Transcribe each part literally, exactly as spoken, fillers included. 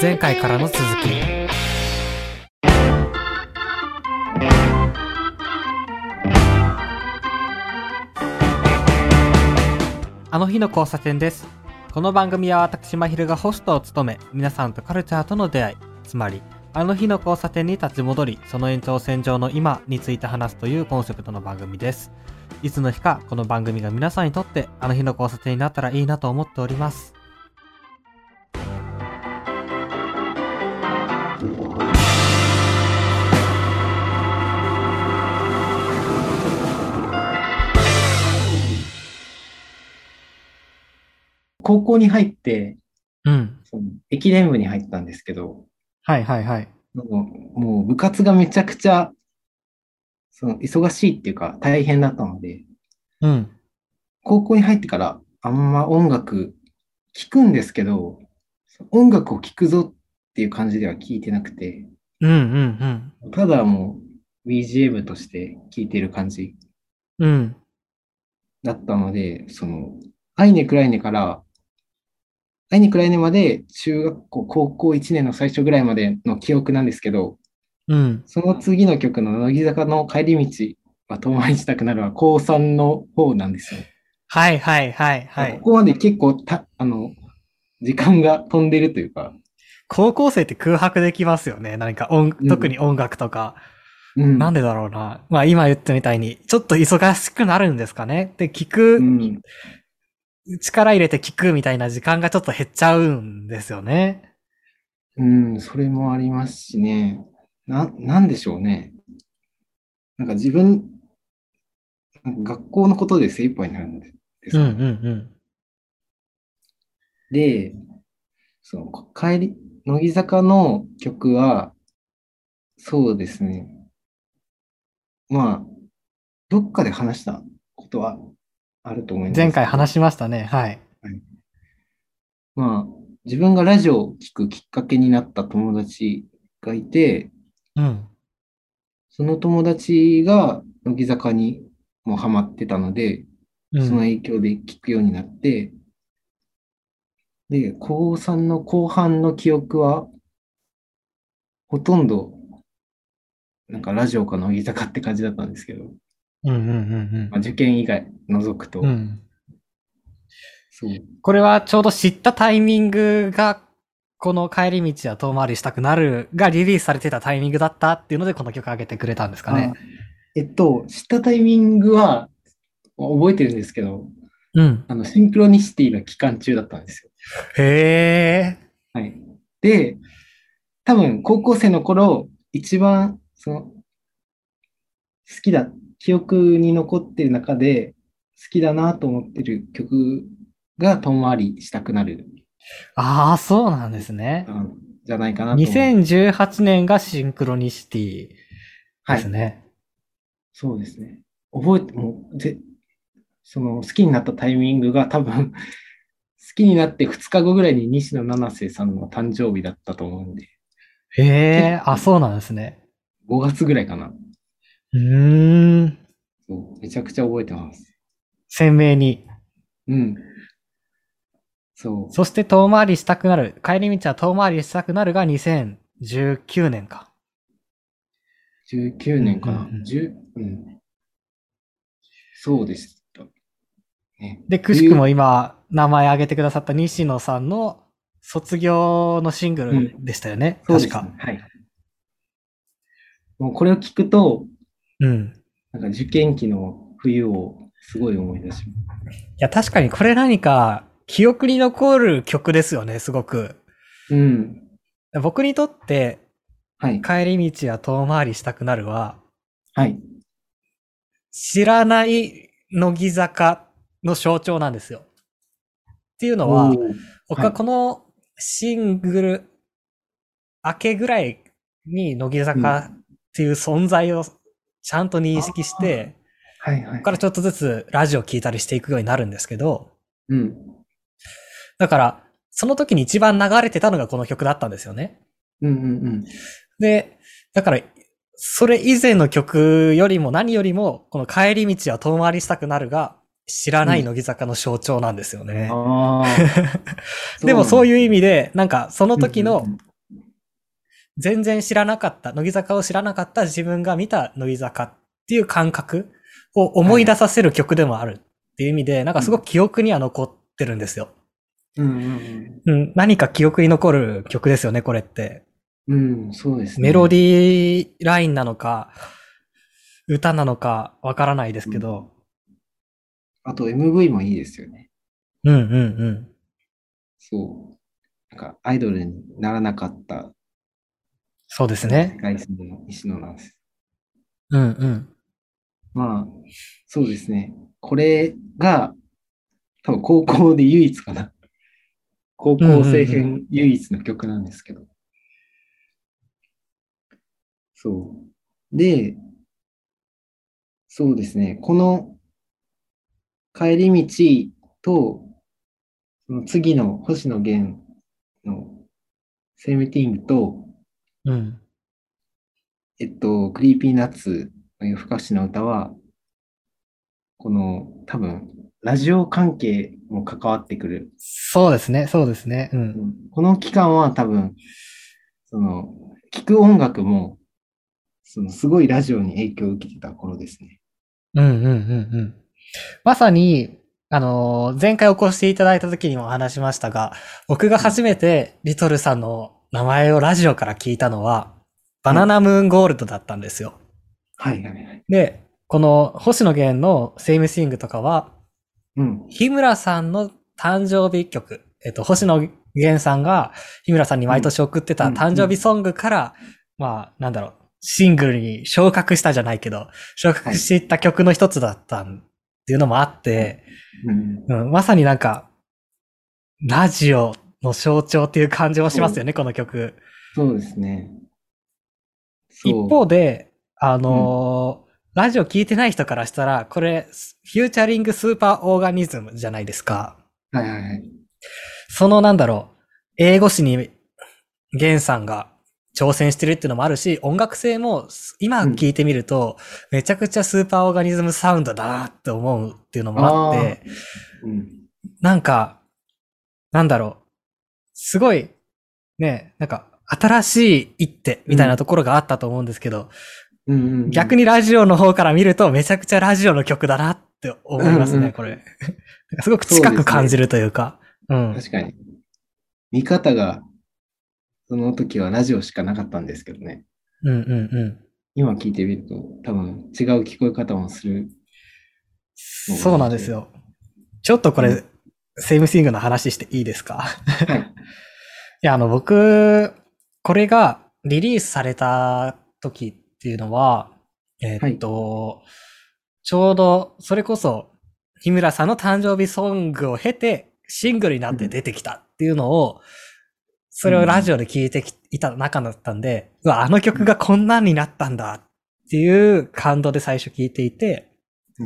前回からの続き。あの日の交差点です。この番組は私まひるがホストを務め、皆さんとカルチャーとの出会い、つまりあの日の交差点に立ち戻り、その延長線上の今について話すというコンセプトの番組です。いつの日かこの番組が皆さんにとってあの日の交差点になったらいいなと思っております。 高校に入って、 うん。 その駅伝部に入ったんですけど、 はいはいはい。 もう、もう部活がめちゃくちゃ、その忙しいっていうか大変だったので、 うん。 高校に入ってからあんま音楽聴くんですけど、音楽を聴くぞっていう感じでは聴いてなくて、 うんうんただもう ビージーエム として聴いてる感じうん。うん。 だったので、その、アイネクライネから、アイネクライネまで中学校、高校いちねんの最初ぐらいまでの記憶なんですけど、 うん。 その次の曲の乃木坂の帰り道は遠回りしたくなるは高さんの方なんですよ。 はいはいはいはい。 ここまで結構た、あの、時間が飛んでるというか、 高校生って空白できますよね。何か音、 うん、 特に音楽とか。 うん、 なんでだろうな。まあ今言ったみたいに、ちょっと忙しくなるんですかね。で、聞く、 うん、 力入れて聞くみたいな時間がちょっと減っちゃうんですよね。 うん、それもありますしね。な、なんでしょうね。なんか自分、なんか学校のことで精一杯になるんですうんうかね。 んで、その、帰り、乃木坂の曲は、そうですね。まあ、どっかで話したことはあると思ううん。 んですけど、 前回話しましたね。はい。 はい、まあ、自分がラジオを聞くきっかけになった友達がいて、 うん。 その友達が乃木坂にもうハマってたので、そのうん。 影響で聞くようになって、で、高さんの後半の記憶は、ほとんど、なんかラジオか乃木坂って感じだったんですけど、 うんうんうんまあ、受験以外除くうん。うと、 ん。 そう。 これはちょうど知ったタイミングが、この帰り道や遠回りしたくなるがリリースされてたタイミングだったっていうのでこの曲上げてくれたんですかね。 あ、えっと、知ったタイミングは覚えてるんですけど、 うん。 あの、シンクロニシティの期間中だったんですよ。 へー。 はい。で、多分、高校生の頃、一番、その、好きだ、記憶に残ってる中で、好きだなと思ってる曲が遠回りしたくなる、 ああ、そうなんですね。 うん、じゃないかなと思います。 にせんじゅうはちねんがシンクロニシティではい。 すね。 そうですね。覚えて、もう、ぜ、その、好きになったタイミングが多分、好きになってふつかごぐらいに西野七瀬さんの誕生日だったと思うんで、 へ結え、あ、 構そうなんですね。 ごがつぐらいかな。 うーん。 そう、めちゃくちゃ覚えてます。 鮮明に。 うん。そう。 そして遠回りしたくなる。帰り道は遠回りしたくなるがにせんじゅうきゅうねんか。 19 うんうんう年かな。 ん。 じゅう、うん。そうでした。ね。 で、くしくも冬、 今、名前挙げてくださった西野さんの卒業のシングルうん。 でしたよね。確か。 そうですね。はい。もうこれを聞くと、 うん。 なんか受験期の冬をすごい思い出しまいや、確かにこれ何か記憶に残る曲ですよね、すごく。 す。うん。 僕にとってはい。 帰り道や遠回りしたくなるは、 はい。 知らない乃木坂の象徴なんですよ。っていうのは、 おー。 僕ははい。 このシングル明けぐらいに乃木うん。 坂っていう存在をちゃんと認あ識しあ。 て、 はいはいはい。 ここからちょっとずつラジオ聞いたりしていくようになるんですけど、 うん。 だから、その時に一番流れてたのがこの曲だったんですよね。 うんうんうん。 で、だから、それ以前の曲よりも何よりも、この帰り道は遠回りしたくなるが、知らないうん。 乃木坂の象徴なんですよね。 ああ、 でそうもそういうなんですね。 意味で、なんかそのうんうんう時のん。 全然知らなかった、乃木坂を知らなかった自分が見た乃木坂っていう感覚を思い出させる曲でもあるっていう意味で、なんかすごく記憶には残ってるんですよ。 うんうんうん、何か記憶に残る曲ですよね、これって。 うん。うん、そうですね。 メロディーラインなのか、歌なのかわからないですけど。 あと エムブイ もいいですよね。 うんうんうん。 そう。なんかアイドルにならなかったそうですその世ね。 界線の石野なんです。 うんうん。 まあ、そうですね。これが多分高校で唯一かな。高うんうん校生うん。 編唯一の曲なんですけど。そう。で、そうですね。この帰り道と、その次の星野源のセームティングと、 うん。 えっと、クリーピーナッツの夜更かしの歌は、この多分、ラジオ関係も関わってくる。 そうですね、そうですね。うん。 うんこの期間は多分、その、聴く音楽も、そのすごいラジオに影響を受けてた頃ですね。 うんうんうんうん。まさに、あのー前回お越しいただいた時にも話しましたが、僕がはい。 初めてリトルさんの名前をラジオから聞いたのは、バはい。 ナナムーンゴールドだったんですよ。 はい。はい。はい。 で、この星野源のセイムシングとかは、 うん。 日村さんの誕生日曲、えっと、星野源さんが日村さんにうん。 毎年送ってたうん。うん。 誕生日ソングから、まあ、なんだろう、シングルに昇格したじゃないけど、昇はい。 格していった曲の一つだったっていうのもあっはい。 て、 うん。 うん、まさになんか、ラジオの象徴っていう感じもしそう。 ますよね、この曲。 そうですね。 一そ方で、あう。うん。 のーラジオ聞いてない人からしたら、これ、フューチャリングスーパーオーガニズムじゃないですか。 はい。はい。はい。 そのなんだろう、英語詞にゲンさんが挑戦してるっていうのもあるし、音楽性も今うん。 聞いてみると、めちゃくちゃスーパーオーガニズムサウンドだなって思うっていうのもあっああ。 て、 うん。 なんか、なんだろう、すごい、ね、なんか、新しい一手みたいなうん。 ところがあったと思うんですけど、 うん。うん。 逆にラジオの方から見るとめちゃくちゃラジオの曲だなってうん。 思いますね、 うん。 これ。すごくそう近くですね。 感じるというか。うん。 確かに。見方が、その時はラジオしかなかったんですけどね。 うんうんうん。 今聞いてみると、多分違う聞こえ方もするのがそう面白い。 なんですよ。ちょっとこうん。 れ、セームスイングの話していいですか？ はい。 いや、あの、僕、これがリリースされた時っていうのは、えーっはい。 と、ちょうど、それこそ、日村さんの誕生日ソングを経て、シングルになってうん。 出てきたっていうのを、それをラジうん。 オで聞いてきいた中だったんで、うわ、あのうん。 曲がこんなんになったんだっていう感動で最初聞いていて、 うん。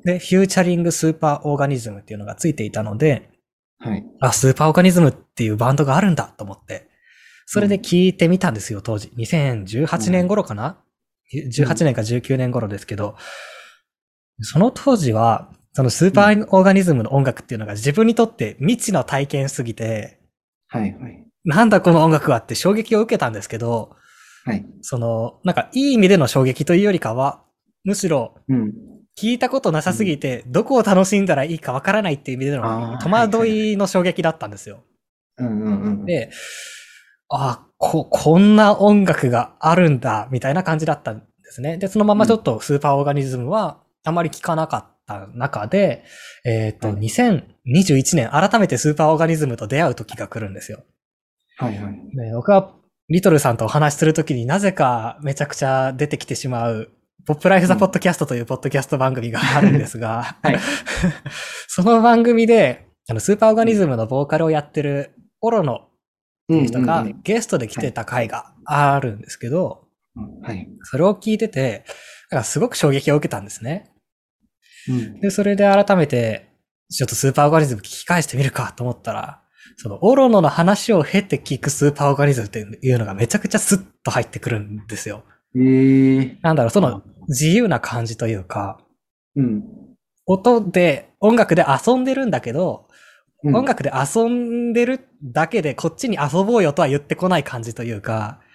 で、フューチャリングスーパーオーガニズムっていうのがついていたので、 はい。 あ、スーパーオーガニズムっていうバンドがあるんだと思って、それでうん。 聞いてみたんですよ、当時。にせんじゅうはちねんはい。 頃かな？ うじゅうはちん。 年かじゅうきゅうねん頃ですけど、その当時は、そのスーパうん。 ーオーガニズムの音楽っていうのが自分にとって未知の体験すぎて、 はい。はい。 なんだこの音楽はって衝撃を受けたんですけど、 はい。 その、なんかいい意味での衝撃というよりかは、むしろうん。 聞いたことなさすうん。 ぎて、どこを楽しんだらいいかわからないっていう意味でのああ、 戸はいはいはい。 惑いの衝撃だったんですよ。 うんうんうん。 で、あ、こ、こんな音楽があるんだ、みたいな感じだったんですね。で、そのまうん。 まちょっとスーパーオーガニズムはあまり聞かなかった中で、えっと、 はい。 にせんにじゅういちねん、改めてスーパーオーガニズムと出会う時が来るんですよ。 はいはい。 で、僕はリトルさんとお話しするときになぜかめちゃくちゃ出てきてしまう、ポップライフザポッうん。 ドキャストというポッドキャスト番組があるんですが、 はい。 その番組で、あの、スーパーオーガうん。 ニズムのボーカルをやってるオロノっうんていう人がうんうん。 ゲストで来はい。 てた回があるんですけど、 うん。はい。 それを聞いてて、なんかすごく衝撃を受けたんですね。 うん。 で、それで改めて、ちょっとスーパーオーガニズム聞き返してみるかと思ったら、そのオロノの話を経て聞くスーパーオーガニズムっていうのがめちゃくちゃスッと入ってくるんですよ。 ええなんだろう、そあ、 の自由な感じというか、 うん。 音で、音楽で遊んでるんだけど、 うん。 音楽で遊んでるだけでこっちに遊ぼうよとは言ってこない感じというか、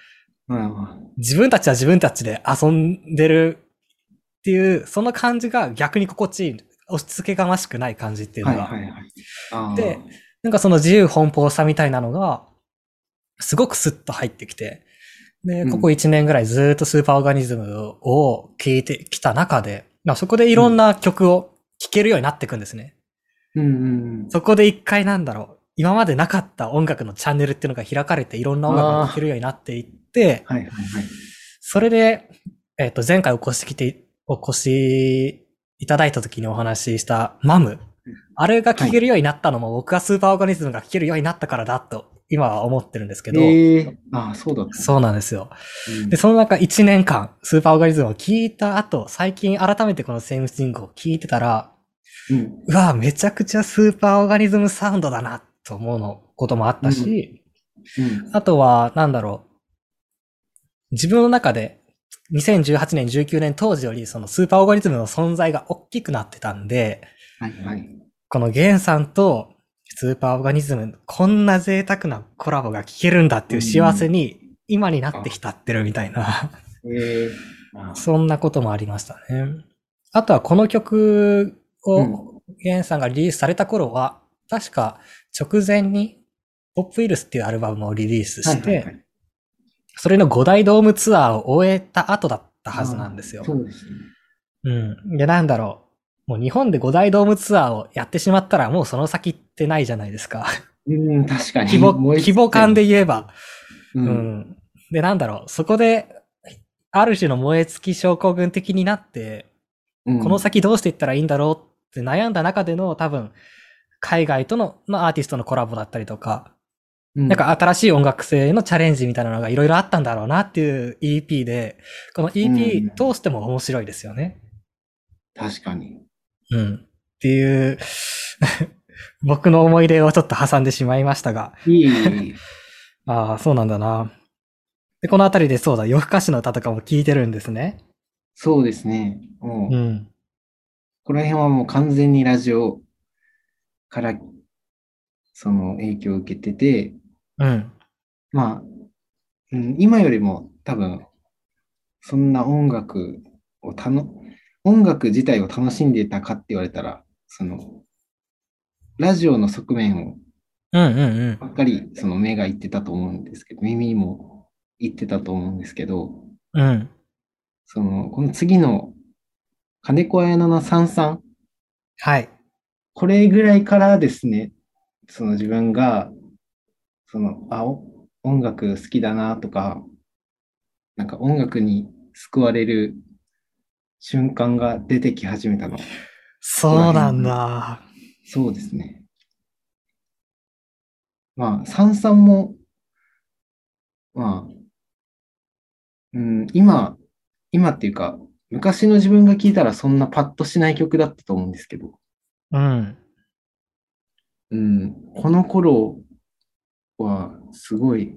あ自分たちは自分たちで遊んでるっていう、その感じが逆に心地いい。押し付けがましくない感じっていうあ、はのが。 いはいはい。あで、 あ、 なんかその自由奔放さみたいなのが、すごくスッと入ってきて、で、ここうん、 いちねんぐらいずっとスーパーオーガニズムを聴いてきた中で、まあそこでいうん、 ろんな曲を聴けるようになっていくんですね。 うん、うん。 そこで一回なんだろう、今までなかった音楽のチャンネルっていうのが開かれていろんな音楽が聴けあるようになっていって、 あ、はいはいはい。 それで、えっと、前回お越し来て、お越しいただいた時にお話ししたマム。あれがはい。 聴けるようになったのも僕がスーパーオーガニズムが聴けるようになったからだと今は思ってるんですけど、 ええ、ああ、そうだったんそうだ。 なんですよ。で、 うん、 その中いちねんかんスーパーオーガニズムを聴いた後、最近改めてこのセームシングを聴いてたら、 うん、 うわ、めちゃくちゃスーパーオーガニズムサウンドだなと思うのこともあったうん、 し、 うん、 あとは、なんだろう、自分の中でにせんじゅうはちねん、じゅうきゅうねん当時よりそのスーパーオーガニズムの存在が大きくなってたんで、 はいはい。 このゲンさんとスーパーオーガニズム、こんな贅沢なコラボが聞けるんだってういう幸せん、 に今になってあ、 浸ってるみたいな、 ええ、あ、 そんなこともありましたね。あとはこの曲うん、 をゲンさんがリリースされた頃は、確か直前にポップイルスっていうアルバムをリリースして、 はいはいはい。 それのご大ドームツアーを終えた後だったはずなああ、 んですよ。 そうですね。 うん。で、なんだろう。もう日本でご大ドームツアーをやってしまったらもうその先ってないじゃないですか。 うん、確か規に、 模、 燃え規模感尽きちゃいます。 で言えば。 うん、 うん。で、なんだろう。そこで、ある種の燃え尽き症候群的になって、このうん、 先どうしていったらいいんだろうって悩んだ中での多分、海外との、のアーティストのコラボだったりとか、なんかうん、 新しい音楽性のチャレンジみたいなのがいろいろあったんだろうなっていう イーピー で、このうイーピーん、 通しても面白いですよね。 確かに。 うん。っていう僕の思い出をちょっと挟んでしまいましたが。 いえいえいえ。 ああ、そうなんだな。で、このあたりでそうだ、夜更かしの歌とかも聞いてるんですね。 そうですね。もう、 うん。 ここら辺はもう完全にラジオからその影響を受けてて、 うん。 まあ、うん、今よりも多分、そんな音楽をたの、音楽自体を楽しんでいたかって言われたら、その、ラジオの側面をうんうんうん。 ばっかりその目が言ってたと思うんですけど、耳も言ってたと思うんですけど、 うん。 その、この次の金子綾乃のさんさん、 はい。 これぐらいからですね、その自分が、その、あ、お音楽好きだなとか、なんか音楽に救われる瞬間が出てき始めたの。ここらそうなん辺で。 だ。 そうですね。まあ、さんさんも、まあ、うん、今、今っていうか、昔の自分が聞いたらそんなパッとしない曲だったと思うんですけど、 うん。 うん、この頃はすごい、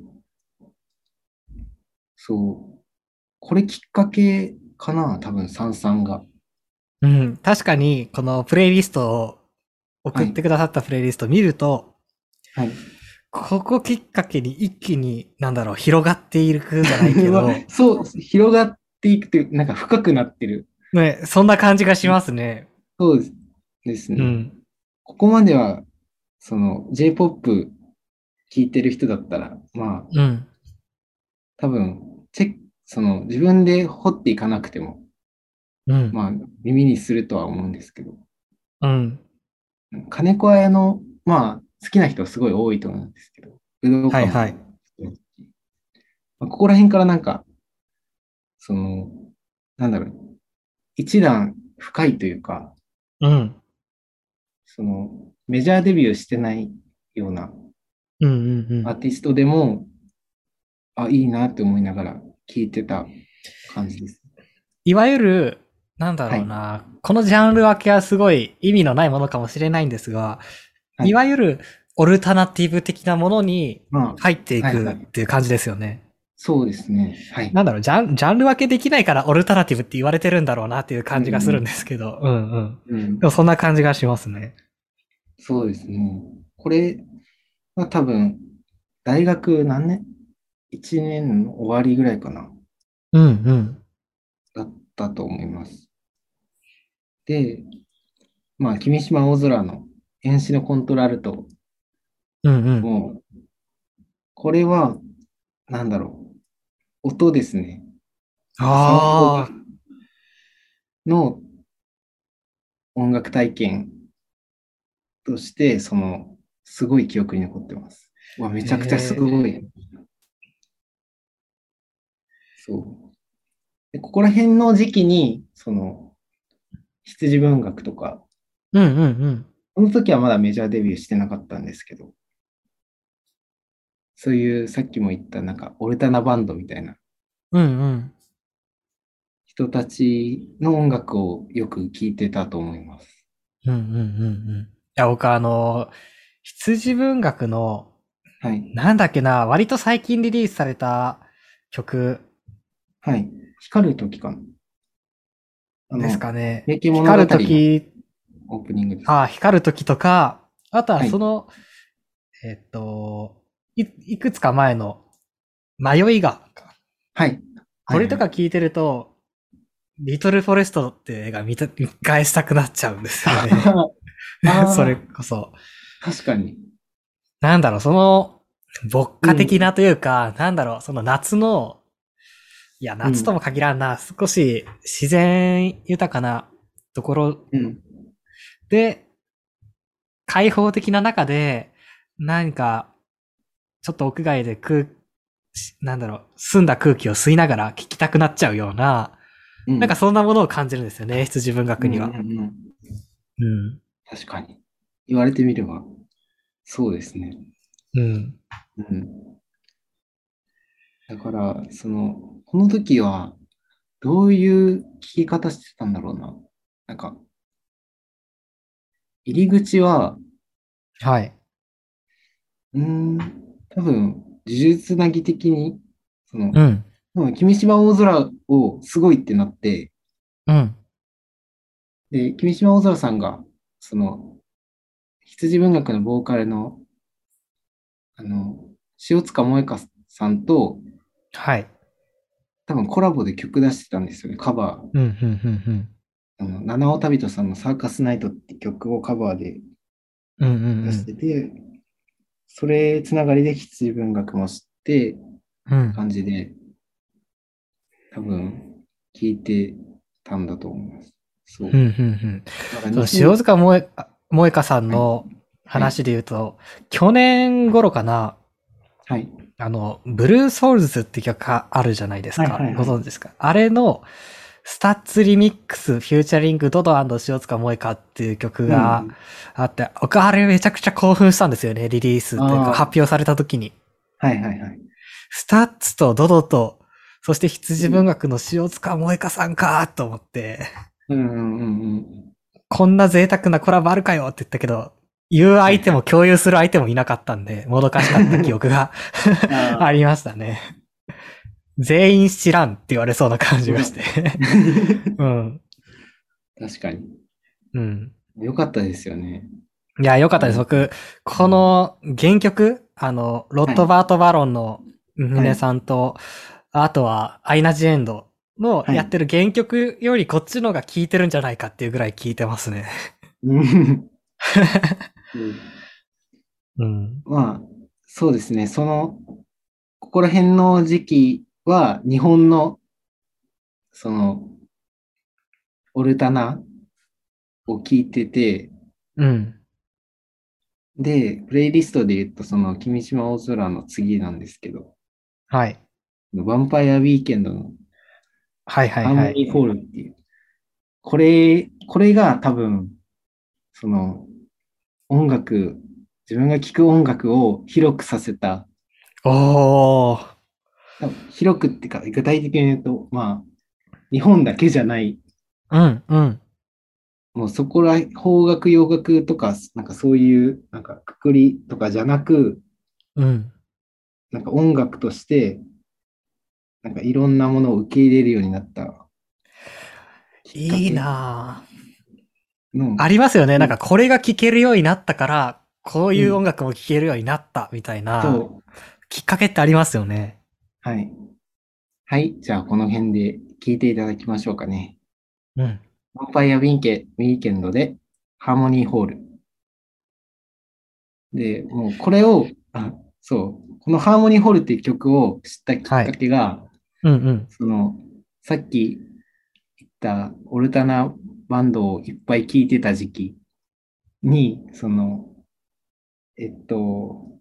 そう、これきっかけかな、多分、さんさんが。 うん。確かに、このプレイリストを送はい、 ってくださったプレイリストを見ると、 はい。 ここきっかけに一気に、なんだろう、広がっていくじゃないけまあど、 そう、広がっていくという、なんか深くなってる。 ね、そんな感じがしますね。 そうですですね。 うん。 ここまでは、その J-ジェイポップ 聴いてる人だったら、まあ、 うん。 多分、チェック、その自分で掘っていかなくても、 うん。 まあ、耳にするとは思うんですけど、 うん。 金子綾の、まあ、好きな人はすごい多いと思うんですけど、武道館も、 はいはい。 まあ、ここら辺からなんか、その、なんだろう、一段深いというか、 うん。 その、メジャーデビューしてないようなうんうんうん。 アーティストでも、あ、いいなって思いながら聞いてた感じです。 いわゆる、なんだはい。 ろうな。このジャンル分けはすごい意味のないものかもしれないんですが、いはい。 わゆるオルタナティブ的なものにま入っていあ、はいはい。 くっていう感じですよね。 そうですね。はい。 なんだろう、ジャン、ジャンル分けできないからオルタナティブって言われてるんだろうなっていううん感じがするんでうん。 すけど。うんうん。 うん。 でもそんな感じがしますね。 そうですね。これは多分、大学何年？ いちねんの終わりぐらいかな、 うんうん。 だったと思います。で、まあ、君島大空の演詞のコントラルトうんうん。 も、これは、なんだろう、音ですね。なんかサウンドああ、 の音楽体験として、その、すごい記憶に残ってます。うわ、めちゃくちゃすへえ。 ごい。そう。で、ここら辺の時期に、その、羊文学とか、 うんうんうん。 この時はまだメジャーデビューしてなかったんですけど、そういうさっきも言ったなんかオルタナバンドみたいなうんうん。 人たちの音楽をよく聴いてたと思います。 うんうんうんうん。いや、僕あの、羊文学の、 はい。 なんだっけな、割と最近リリースされた曲はい。光る時かな。あですの、 かね。 平家物語光るの時、 オープニングです。 あ、光る時とか、あとははい。 その、えっと、い、いくつか前の迷いが、 はい。はこい。はい。 れとか聞いてると、リトルフォレストって映画見た、見返したくなっちゃうんですよね。それあこそ。 あ、確かに。 なんだろう、その、牧うん。 歌的なというか、なんだろう、その夏の、いや、 うん。 夏とも限らんな、少し自然豊かなところうん。 で、開放的な中で、何か、ちょっと屋外で空、なんだろう、澄んだ空気を吸いながら聞きたくなっちゃうような、 うん。 なんかそんなものを感じるんですよね、羊文うん。うん。 学には。 うん。 うん。 確かに。言われてみれば、そうですね。 うん。 うん。だから、その、この時は、どういう聞き方してたんだろうな。なんか、入り口は、 はい。 うーん、多分、呪術なぎ的に、その、 うん。 多分君島大空をすごいってなって、 うん。 で、君島大空さんが、その、羊文学のボーカルの、あの、塩塚萌香さんと、 はい。 多分コラボで曲出してたんですよね、カバー。 うん、うん、うん、うん。 あの、七尾旅人さんのサーカスナイトって曲をカバーでうん、う出しん、 てて、それつながりで羊文学も知って、 うん。うん。 感じで、多分、聞いてたんだと思います。そうん、うう。 ん、うん。 だからその、 日本、 塩塚萌え、萌香さんはい、 のはい、 話で言うと、去年頃かな、 はい、 あの、ブルーソウルズって曲があるじゃないですはい、 か。 はい、はい。 ご存知ですか？あれの、スタッツリミックス、フューチャリング、ドド塩塚萌香っていう曲うがん。 あって、僕あれめちゃくちゃ興奮したんですよね、リリースっていうか、 ああ、 発表された時に。 はい、はい、はい。 スタッツとドドと、そして羊うん、 文学の塩塚萌香さんかと思って、 うん、うん、うん。うん。 こんな贅沢なコラボあるかよって言ったけど、言うはい、はい。 相手も共有する相手もいなかったんで、もどかしかった記憶があああ、 りましたね。全員知らんって言われそうな感じがしてうん。 確かに。 うん。 よかったですよね。 いや、よかったです。 うん。 僕、 うん。 この原曲、あの、ロットはい、 バート・バロンのミネはい、 さんと、あとはアイナ・ジ・エンドのはい。 やってる原曲よりこっちの方が聴いてるんじゃないかっていうぐらい聴いてますね。 うん。うんうん。 まあ、そうですね。その、ここら辺の時期は、日本の、その、オルタナを聞いてて、 うん。 で、プレイリストで言うと、その、君島大空の次なんですけど、 はい。 ヴァンパイアウィーケンドのはいはいはい。 ハーモニーフォールっていう、これ、これが多分、その、音楽、自分が聴く音楽を広くさせた、 おー。 多分広くっていうか、具体的に言うと、まあ、日本だけじゃない、 うん、うん、 もうそこら、邦楽、洋楽とか、なんかそういう、なんかくくりとかじゃなく、 うん。 なんか音楽として、なんかいろんなものを受け入れるようになったきっかいいけなぁ。 の、 ありますよね。なんうん、 かこれが聴けるようになったから、こういう音うん、 楽も聴けるようになったみたいなそきっかけってありますよね。 はい。はい。じゃあ、この辺で聞いていただきましょうかね。 うん。 ヴァンパイアウィンケ、ウィーケンドで、ハーモニーホール。で、もうこれを、あ、そう、このハーモニーホールっていう曲を知ったきっかはい。 けが、 うんうん。 その、さっき言ったオルタナバンドをいっぱい聴いてた時期に、その、えっと、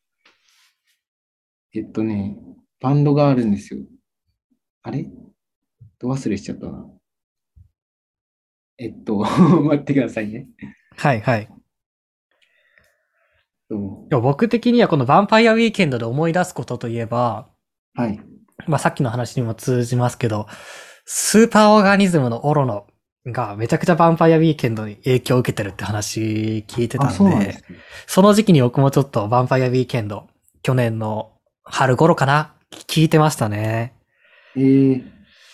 えっとね、バンドがあるんですよ。あれど忘れしちゃったな。えっと、待ってくださいね。 はいはい。 そでも僕的にはこのヴァンパイアウィーケンドで思い出すことといえば、 うはい。 まあさっきの話にも通じますけど、スーパーオーガニズムのオロノがめちゃくちゃヴァンパイアウィーケンドに影響を受けてるって話聞いてあ、 たんで、 そうなんですね。 その時期に僕もちょっとヴァンパイアウィーケンド、去年の春頃かな聞いてましたね。 えー、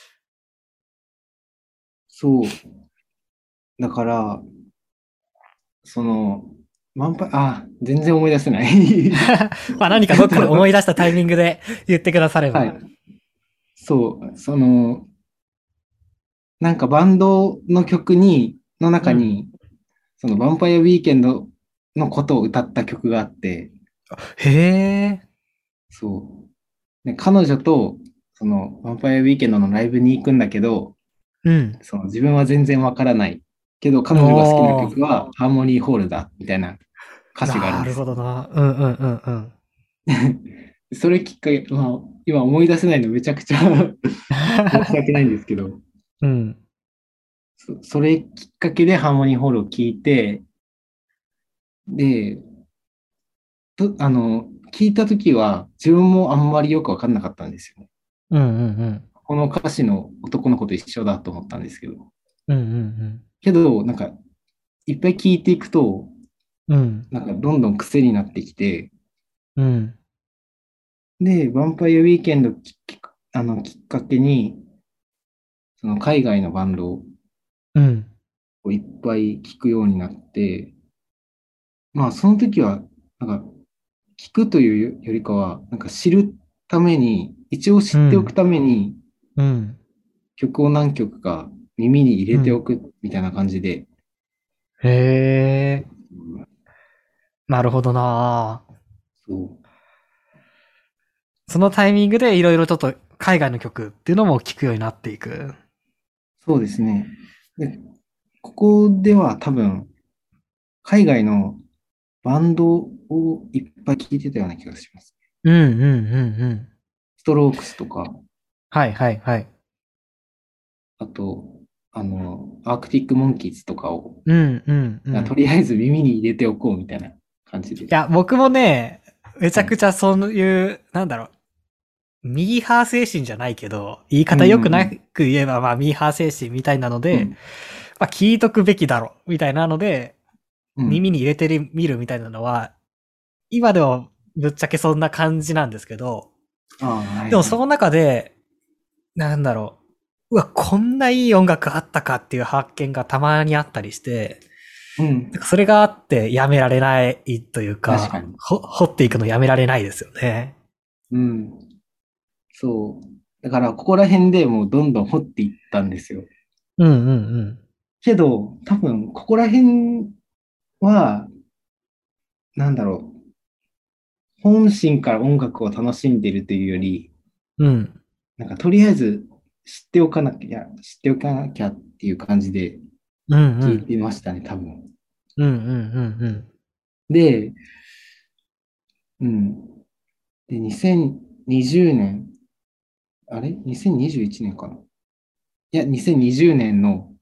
そう。だから、その、ワンパイ、あ、全然思い出せない。 まあ何かどっかで思い出したタイミングで言ってくだされば。 はい。そう、その、なんかバンドの曲に、のうん。 中に、その、ヴァンパイアウィーケンドのことを歌った曲があって、 へえ。 そう。で、彼女と、その、ヴァンパイアウィーケンドのライブに行くんだけど、 うん。 その自分は全然わからない。けど、彼女が好きなおー。 曲は、ハーモニーホールだ、みたいな歌詞があるんなるですよ。 ほどな。うんうんうんうん。 それきっかけ、まあ、今思い出せないのめちゃくちゃ申し訳ないんですけど、 うん。 そ、それきっかけでハーモニーホールを聞いて、で、と、あの、聞いたときは自分もあんまりよくわかんなかったんですよね。 うんうんうん。 この歌詞の男の子と一緒だと思ったんですけど。 うんうんけど、なんか、いっぱい聞いていくと、 うん。うん。 なんかどんどん癖になってきて、 うん。 で、ヴァンパイアウィーケンドききあのきっかけに、その海外のバンドうん。 をいっぱい聞くようになって、まあ、その時は、なんか、聞くというよりかは、なんか知るために、一応知っておくために、 うん。 曲を何曲か耳に入うん。 れておくみたいな感じで、 へえ。なるほどな。 そう、 そのタイミングでいろいろちょっと海外の曲っていうのも聞くようになっていく。 そうですね。で、ここでは多分、海外のバンドをいっぱい聴いてたような気がします。 うんうんうんうん。 ストロークスとか、 はいはいはい。 あと、あの、アークティック・モンキーズとかを、 うんうんうあとん。 りあえず耳に入れておこうみたいな感じで。 いや、僕もね、めちはい。 ゃくちゃそういう、なんだろう、ミーハー精神じゃないけど、言いうん方良くなうんく言えば、まあ、ミーハー精神みたいなのうん。うで、 ん。 まあ、聞いとくべきだろ、みたいなので、 うん。 耳に入れてみるみたいなのは、今ではぶっちゃけそんな感じなんですけど、 ああ、はいはい。 でもその中で、なんだろう、うわ、こんないい音楽あったかっていう発見がたまにあったりして、 うん。 それがあってやめられないというか、 確かに。 ほ掘っていくのやめられないですよね。 うん。そう。だから、ここら辺でもうどんどん掘っていったんですよ。 うんうんうん。 けど、多分、ここら辺は、なんだろう。本心から音楽を楽しんでるというより、 うん。 なんかとりあえず知っておかなきゃ、知っておかなきゃっていう感じでうんう聞いん。 てましたね、多分。 うんうんうんうん。 で、うん。で、にせんにじゅうねん、あれ ?にせんにじゅういち 年かな。いや、にせんにじゅうねんの、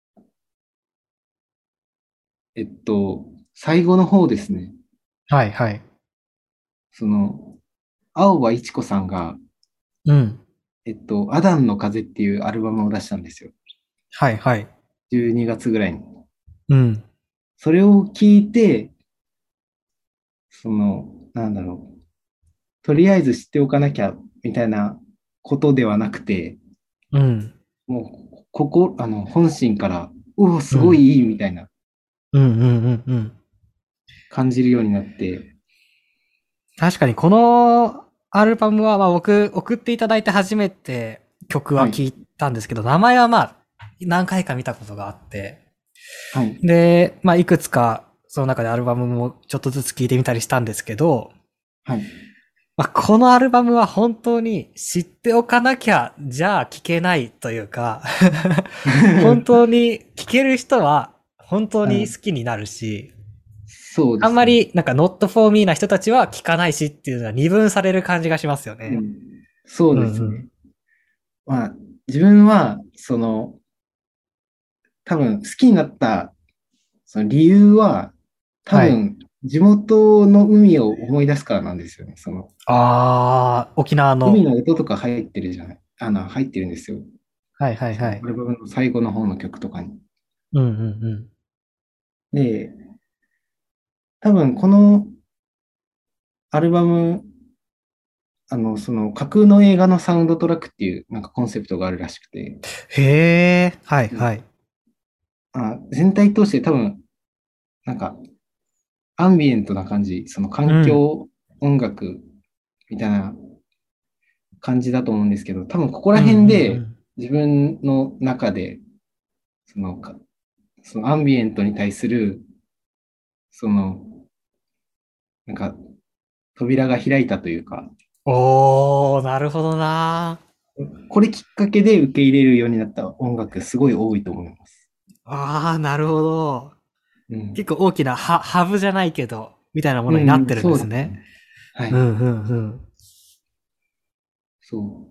えっと、最後の方ですね。 はいはい。 その、青葉一子さんが、 うん。 えっと、アダンの風っていうアルバムを出したんですよ。 はいはい。 じゅうにがつぐらいに。 うん。 それを聞いて、その、なんだろう。とりあえず知っておかなきゃ、みたいなことではなくて、 うん。 もう、ここ、あの、本心から、おお、すごいうん。 いいみたいなうんうんうんうん。 感じるようになって、 確かにこのアルバムは、まあ僕、送っていただいて初めて曲は聴いたんですけど、名前はまあ、何回か見たことがあって、 はい。 で、まあいくつか、その中でアルバムもちょっとずつ聴いてみたりしたんですけど、 はい。 まあ、このアルバムは本当に知っておかなきゃ、じゃあ聴けないというか、本当に聴ける人は本当に好きになるし、あんまそうですね。 りなんか not for me な人たちは聴かないしっていうのは二分される感じがしますよね。 うん、そううんですね。 うん。 まあ、自分は、その、多分好きになったその理由は、多はい。 分地元の海を思い出すからなんですよね。その、 ああ、沖縄の。 海の音とか入ってるじゃない。あの、入ってるんですよ。 はいはいそのはい。 アルバムの最後の方の曲とかに。 うんうんうん。 で、多分このアルバム、あの、その架空の映画のサウンドトラックっていうなんかコンセプトがあるらしくて、 へえ、はいうんはい。 あ、全体通して多分、なんかアンビエントな感じ、その環うん。 境音楽みたいな感じだと思うんですけど、多分ここらうんうんう辺でん。 自分の中で、そのか、そのアンビエントに対する、その、なんか扉が開いたというか、 おー、なるほどなこれきっかけで受け入れるようになった音楽すごい多いと思います。 ー。ああ、なるほど。 うん。 結構大きなハ、ハブじゃないけど、みたいなもうん、 のになってるんですね。 そうですね。はい。 うんうんうん。 そう。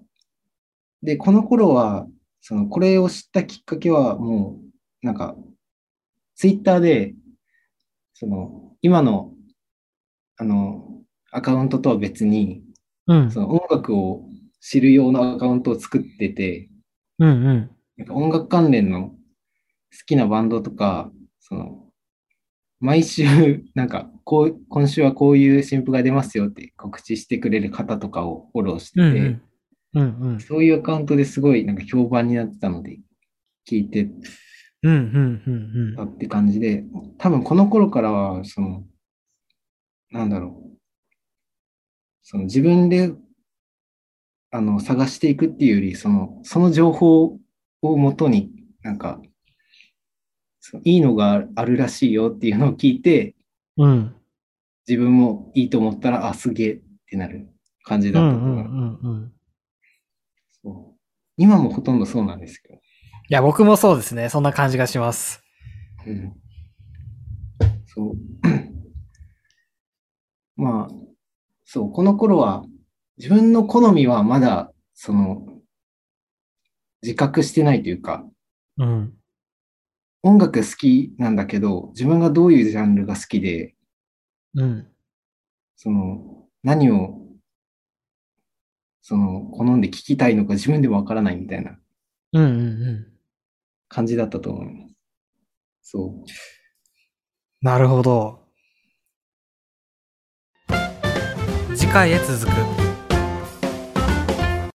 で、この頃は、その、これを知ったきっかけは、もう、なんか、ツイッターで、その、今の、あの、アカウントとは別に、 うん。 その音楽を知る用のアカウントを作ってて、 うんうん。 なんか音楽関連の好きなバンドとか、その、毎週、なんか、こう、今週はこういう新譜が出ますよって告知してくれる方とかをフォローしてて、 うんうん。うんうん。 そういうアカウントですごいなんか評判になってたので、聞いてうんうんうんたって感じで、多分この頃からは、その、なんだろう、その自分であの探していくっていうより、その、その情報をもとに、なんか、そのいいのがあるらしいよっていうのを聞いて、 うん。うん。 自分もいいと思ったら、あ、すげえってなる感じうんうだったと思う。 んうんうん。 そう今もほとんどそうなんですけど。 いや、僕もそうですね。そんな感じがします。 うん、そう。まあ、そう、この頃は、自分の好みはまだ、その、自覚してないというか、 うん。 音楽好きなんだけど、自分がどういうジャンルが好きで、 うん。 その、何を、その、好んで聴きたいのか自分でもわからないみたいなうんうんうん。 感じだったと思います。そなるほど。次回へ続く。